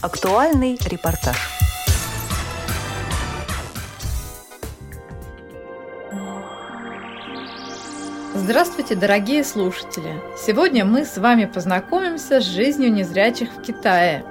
Актуальный репортаж. Здравствуйте, дорогие слушатели! Сегодня мы с вами познакомимся с жизнью незрячих в Китае.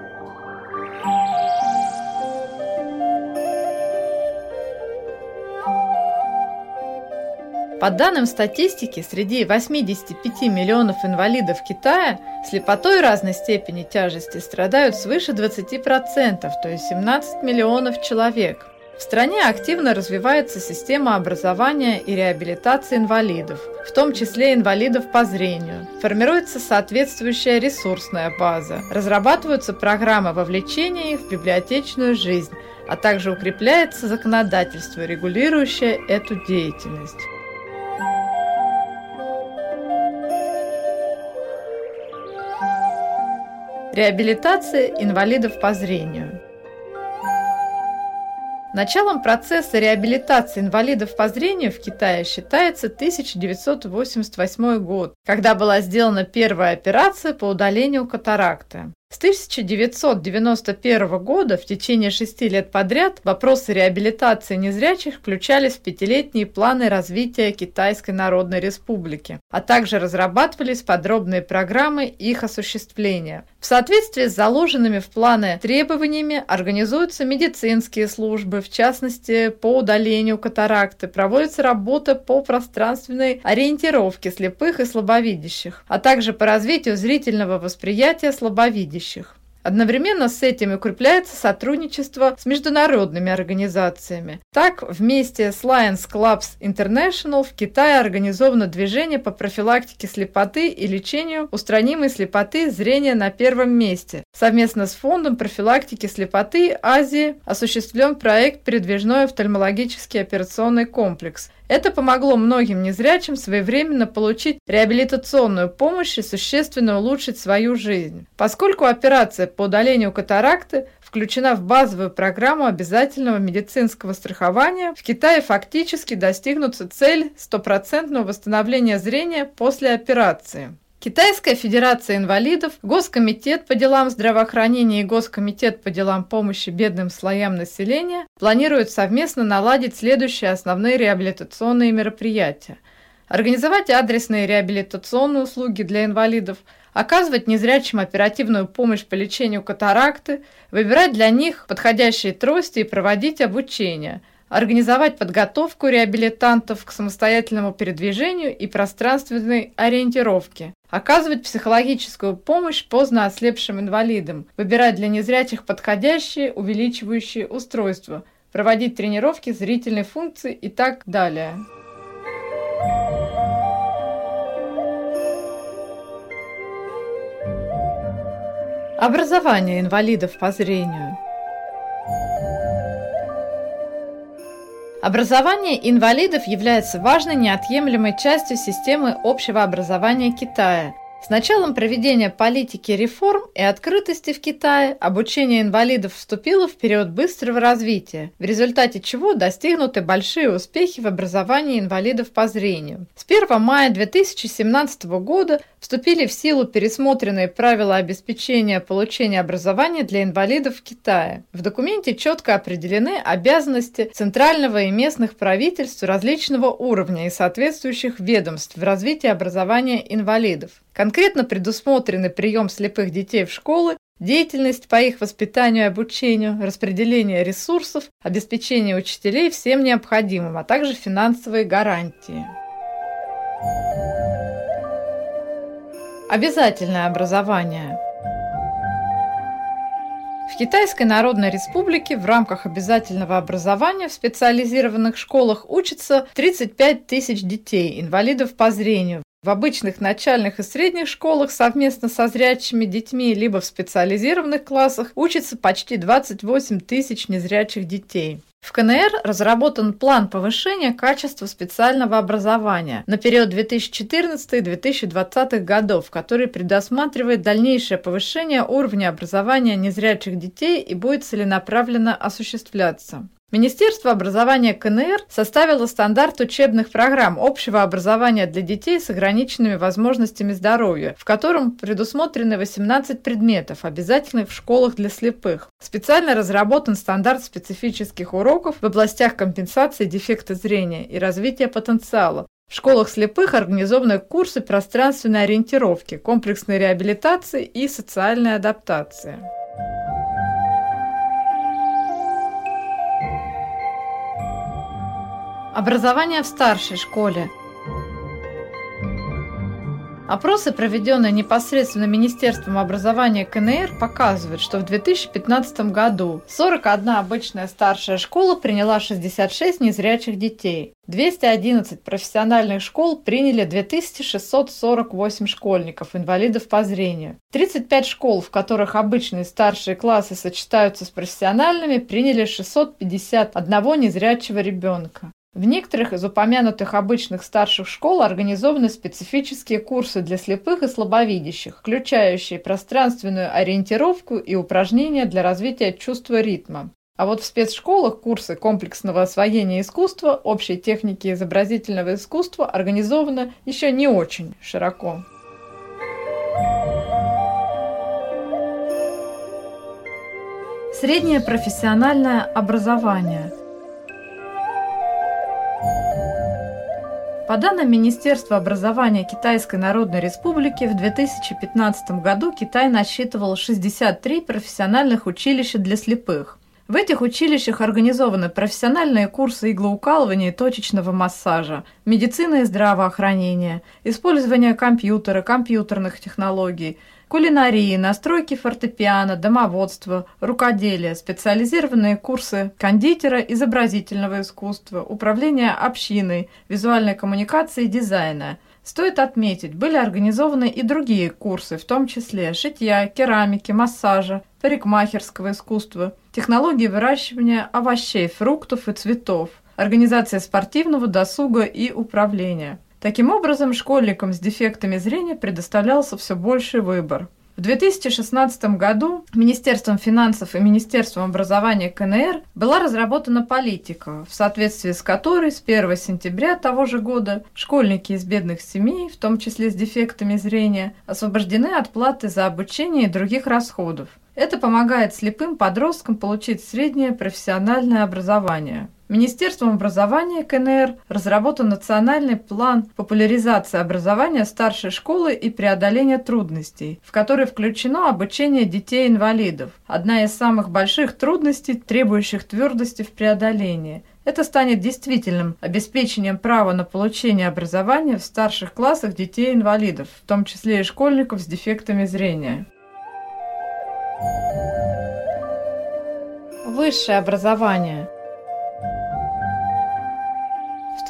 По данным статистики, среди 85 миллионов инвалидов Китая слепотой разной степени тяжести страдают свыше 20%, то есть 17 миллионов человек. В стране активно развивается система образования и реабилитации инвалидов, в том числе инвалидов по зрению. Формируется соответствующая ресурсная база, разрабатываются программы вовлечения их в библиотечную жизнь, а также укрепляется законодательство, регулирующее эту деятельность. Реабилитация инвалидов по зрению. Началом процесса реабилитации инвалидов по зрению в Китае считается 1988 год, когда была сделана первая операция по удалению катаракты. С 1991 года в течение 6 лет подряд вопросы реабилитации незрячих включались в пятилетние планы развития Китайской Народной Республики, а также разрабатывались подробные программы их осуществления. В соответствии с заложенными в планы требованиями организуются медицинские службы, в частности, по удалению катаракты, проводится работа по пространственной ориентировке слепых и слабовидящих, а также по развитию зрительного восприятия слабовидящих. Одновременно с этим укрепляется сотрудничество с международными организациями. Так, вместе с Lions Clubs International в Китае организовано движение по профилактике слепоты и лечению устранимой слепоты зрения на первом месте. Совместно с Фондом профилактики слепоты Азии осуществлен проект «Передвижной офтальмологический операционный комплекс». Это помогло многим незрячим своевременно получить реабилитационную помощь и существенно улучшить свою жизнь. Поскольку операция по удалению катаракты включена в базовую программу обязательного медицинского страхования, в Китае фактически достигнута цель стопроцентного восстановления зрения после операции. Китайская федерация инвалидов, Госкомитет по делам здравоохранения и Госкомитет по делам помощи бедным слоям населения планируют совместно наладить следующие основные реабилитационные мероприятия: организовать адресные реабилитационные услуги для инвалидов, оказывать незрячим оперативную помощь по лечению катаракты, выбирать для них подходящие трости и проводить обучение, организовать подготовку реабилитантов к самостоятельному передвижению и пространственной ориентировке, оказывать психологическую помощь поздно ослепшим инвалидам, выбирать для незрячих подходящие увеличивающие устройства, проводить тренировки зрительной функции и так далее. Образование инвалидов по зрению. Образование инвалидов является важной неотъемлемой частью системы общего образования Китая. С началом проведения политики реформ и открытости в Китае обучение инвалидов вступило в период быстрого развития, в результате чего достигнуты большие успехи в образовании инвалидов по зрению. С 1 мая 2017 года вступили в силу пересмотренные правила обеспечения получения образования для инвалидов в Китае. В документе четко определены обязанности центрального и местных правительств различного уровня и соответствующих ведомств в развитии образования инвалидов. Конкретно предусмотрены прием слепых детей в школы, деятельность по их воспитанию и обучению, распределение ресурсов, обеспечение учителей всем необходимым, а также финансовые гарантии. Обязательное образование. В Китайской Народной Республике в рамках обязательного образования в специализированных школах учатся 35 тысяч детей, инвалидов по зрению. В обычных начальных и средних школах совместно со зрячими детьми либо в специализированных классах учатся почти 28 тысяч незрячих детей. В КНР разработан план повышения качества специального образования на период 2014-2020 годов, который предусматривает дальнейшее повышение уровня образования незрячих детей и будет целенаправленно осуществляться. Министерство образования КНР составило стандарт учебных программ общего образования для детей с ограниченными возможностями здоровья, в котором предусмотрены 18 предметов, обязательных в школах для слепых. Специально разработан стандарт специфических уроков в областях компенсации дефекта зрения и развития потенциала. В школах слепых организованы курсы пространственной ориентировки, комплексной реабилитации и социальной адаптации. Образование в старшей школе. Опросы, проведенные непосредственно Министерством образования КНР, показывают, что в 2015 году 41 обычная старшая школа приняла 66 незрячих детей. 211 профессиональных школ приняли 2648 школьников, инвалидов по зрению. 35 школ, в которых обычные старшие классы сочетаются с профессиональными, приняли 651 незрячего ребенка. В некоторых из упомянутых обычных старших школ организованы специфические курсы для слепых и слабовидящих, включающие пространственную ориентировку и упражнения для развития чувства ритма. А вот в спецшколах курсы комплексного освоения искусства, общей техники изобразительного искусства организованы еще не очень широко. Среднее профессиональное образование. По данным Министерства образования Китайской Народной Республики, в 2015 году Китай насчитывал 63 профессиональных училища для слепых. В этих училищах организованы профессиональные курсы иглоукалывания и точечного массажа, медицины и здравоохранения, использование компьютера, компьютерных технологий, кулинарии, настройки фортепиано, домоводства, рукоделия, специализированные курсы кондитера, изобразительного искусства, управления общиной, визуальной коммуникации и дизайна. Стоит отметить, были организованы и другие курсы, в том числе шитья, керамики, массажа, парикмахерского искусства, технологии выращивания овощей, фруктов и цветов, организация спортивного досуга и управления. Таким образом, школьникам с дефектами зрения предоставлялся все больший выбор. В 2016 году Министерством финансов и Министерством образования КНР была разработана политика, в соответствии с которой с 1 сентября того же года школьники из бедных семей, в том числе с дефектами зрения, освобождены от платы за обучение и других расходов. Это помогает слепым подросткам получить среднее профессиональное образование. Министерством образования КНР разработан национальный план популяризации образования старшей школы и преодоления трудностей, в который включено обучение детей-инвалидов. Одна из самых больших трудностей, требующих твердости в преодолении. Это станет действительным обеспечением права на получение образования в старших классах детей-инвалидов, в том числе и школьников с дефектами зрения. Высшее образование. В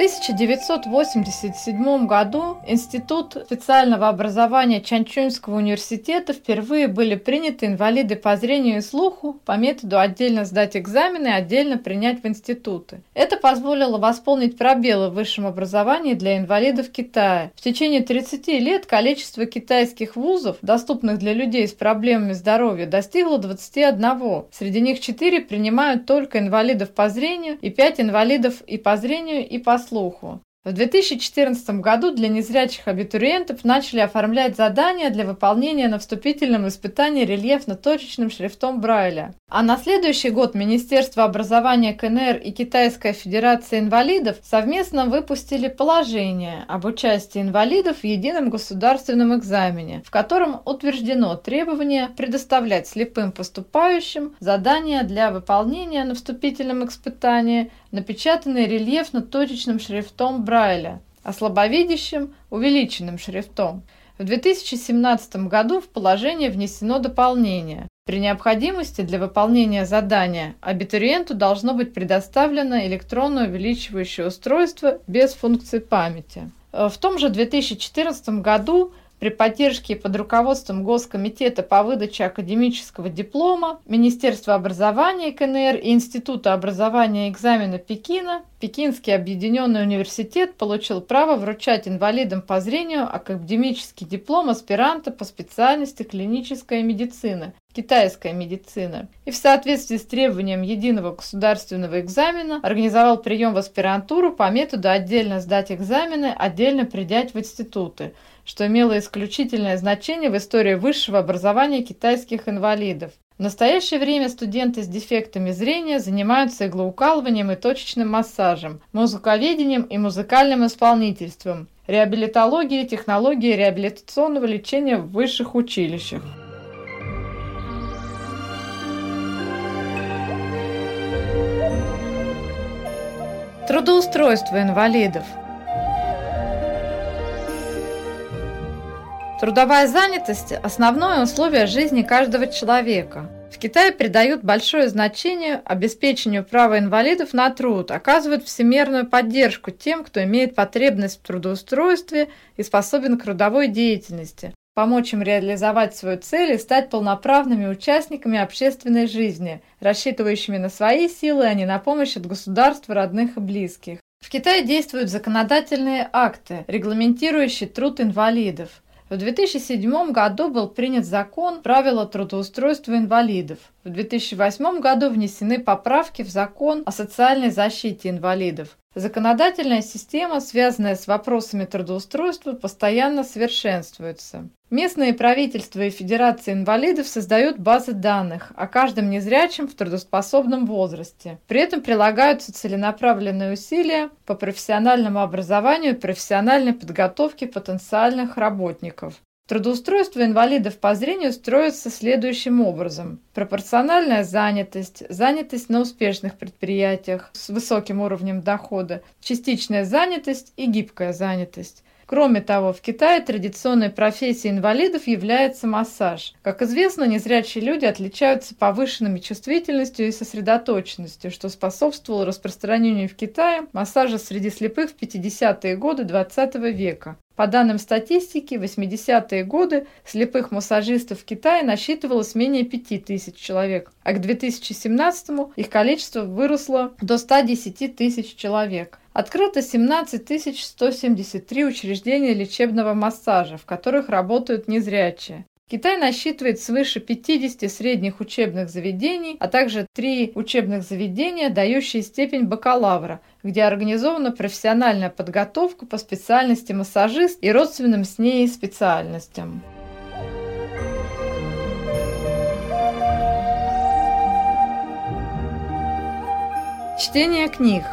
1987 году Институт специального образования Чанчуньского университета впервые были приняты инвалиды по зрению и слуху по методу отдельно сдать экзамены и отдельно принять в институты. Это позволило восполнить пробелы в высшем образовании для инвалидов Китая. В течение 30 лет количество китайских вузов, доступных для людей с проблемами здоровья, достигло 21. Среди них 4 принимают только инвалидов по зрению и 5 инвалидов и по зрению, и по слуху. В 2014 году для незрячих абитуриентов начали оформлять задания для выполнения на вступительном испытании рельефно-точечным шрифтом Брайля. А на следующий год Министерство образования КНР и Китайская Федерация инвалидов совместно выпустили положение об участии инвалидов в едином государственном экзамене, в котором утверждено требование предоставлять слепым поступающим задания для выполнения на вступительном испытании, напечатанные рельефно-точечным шрифтом Брайля, а слабовидящим – увеличенным шрифтом. В 2017 году в положение внесено дополнение. При необходимости для выполнения задания абитуриенту должно быть предоставлено электронное увеличивающее устройство без функции памяти. В том же 2014 году при поддержке и под руководством Госкомитета по выдаче академического диплома Министерства образования КНР и Института образования и экзамена Пекина Пекинский объединенный университет получил право вручать инвалидам по зрению академический диплом аспиранта по специальности клиническая медицина, китайская медицина, и в соответствии с требованием единого государственного экзамена организовал прием в аспирантуру по методу отдельно сдать экзамены, отдельно принять в институты, что имело исключительное значение в истории высшего образования китайских инвалидов. В настоящее время студенты с дефектами зрения занимаются иглоукалыванием и точечным массажем, музыковедением и музыкальным исполнительством, реабилитологией, технологией реабилитационного лечения в высших училищах. Трудоустройство инвалидов. Трудовая занятость – основное условие жизни каждого человека. В Китае придают большое значение обеспечению права инвалидов на труд, оказывают всемерную поддержку тем, кто имеет потребность в трудоустройстве и способен к трудовой деятельности, помочь им реализовать свою цель и стать полноправными участниками общественной жизни, рассчитывающими на свои силы, а не на помощь от государства, родных и близких. В Китае действуют законодательные акты, регламентирующие труд инвалидов. В 2007 году был принят закон «Правила трудоустройства инвалидов». В 2008 году внесены поправки в закон о социальной защите инвалидов. Законодательная система, связанная с вопросами трудоустройства, постоянно совершенствуется. Местные правительства и федерации инвалидов создают базы данных о каждом незрячем в трудоспособном возрасте. При этом прилагаются целенаправленные усилия по профессиональному образованию и профессиональной подготовке потенциальных работников. Трудоустройство инвалидов по зрению строится следующим образом. Пропорциональная занятость, занятость на успешных предприятиях с высоким уровнем дохода, частичная занятость и гибкая занятость. Кроме того, в Китае традиционной профессией инвалидов является массаж. Как известно, незрячие люди отличаются повышенной чувствительностью и сосредоточенностью, что способствовало распространению в Китае массажа среди слепых в 50-е годы XX века. По данным статистики, в 80-е годы слепых массажистов в Китае насчитывалось менее 5000 человек, а к 2017-му их количество выросло до 110 тысяч человек. Открыто 17 173 учреждения лечебного массажа, в которых работают незрячие. Китай насчитывает свыше 50 средних учебных заведений, а также 3 учебных заведения, дающие степень бакалавра, где организована профессиональная подготовка по специальности массажист и родственным с ней специальностям. Чтение книг.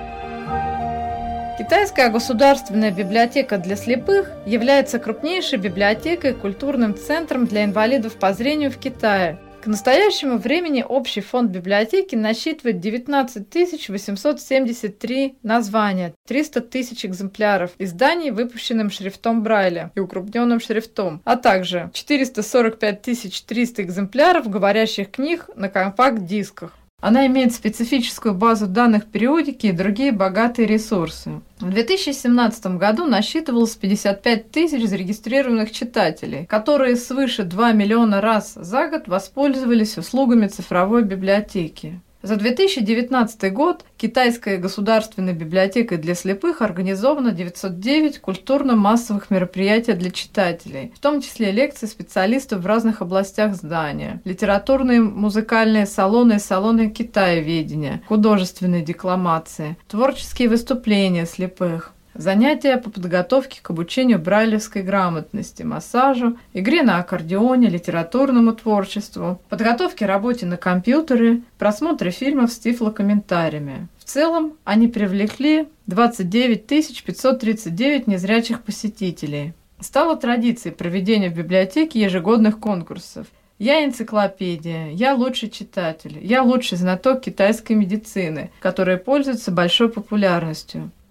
Китайская государственная библиотека для слепых является крупнейшей библиотекой и культурным центром для инвалидов по зрению в Китае. К настоящему времени общий фонд библиотеки насчитывает 19 873 названия, 300 тысяч экземпляров изданий, выпущенным шрифтом Брайля и укрупненным шрифтом, а также 445 300 экземпляров говорящих книг на компакт-дисках. Она имеет специфическую базу данных периодики и другие богатые ресурсы. В 2017 году насчитывалось 55 тысяч зарегистрированных читателей, которые свыше 2 миллиона раз за год воспользовались услугами цифровой библиотеки. За 2019 год Китайской государственной библиотекой для слепых организовано 909 культурно-массовых мероприятий для читателей, в том числе лекции специалистов в разных областях знания, литературные музыкальные салоны и салоны китаеведения, художественной декламации, творческие выступления слепых, занятия по подготовке к обучению брайлевской грамотности, массажу, игре на аккордеоне, литературному творчеству, подготовке к работе на компьютере, просмотре фильмов с тифлокомментариями. В целом они привлекли 29 539 незрячих посетителей. Стало традицией проведения в библиотеке ежегодных конкурсов. «Я энциклопедия», «Я лучший читатель», «Я лучший знаток китайской медицины», которые пользуются большой популярностью.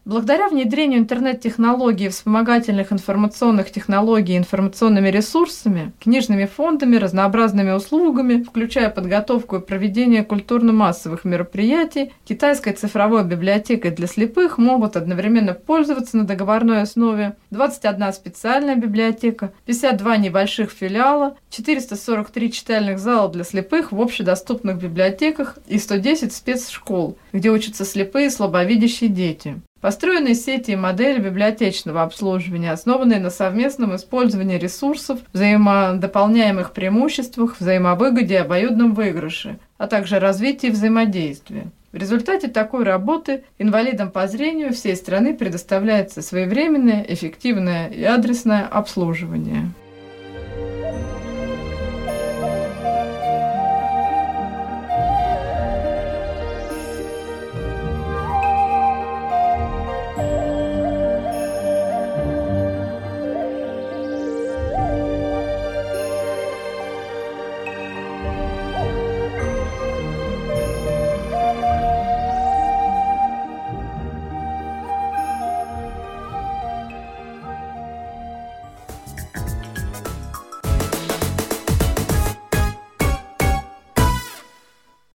Благодаря внедрению интернет-технологий, вспомогательных информационных технологий и информационными ресурсами, книжными фондами, разнообразными услугами, включая подготовку и проведение культурно-массовых мероприятий, китайской цифровой библиотекой для слепых могут одновременно пользоваться на договорной основе 21 специальная библиотека, 52 небольших филиала, 443 читальных зала для слепых в общедоступных библиотеках и 110 спецшкол, где учатся слепые и слабовидящие дети. Построенные сети и модели библиотечного обслуживания, основанные на совместном использовании ресурсов, взаимодополняемых преимуществах, взаимовыгоде и обоюдном выигрыше, а также развитии взаимодействия. В результате такой работы инвалидам по зрению всей страны предоставляется своевременное, эффективное и адресное обслуживание.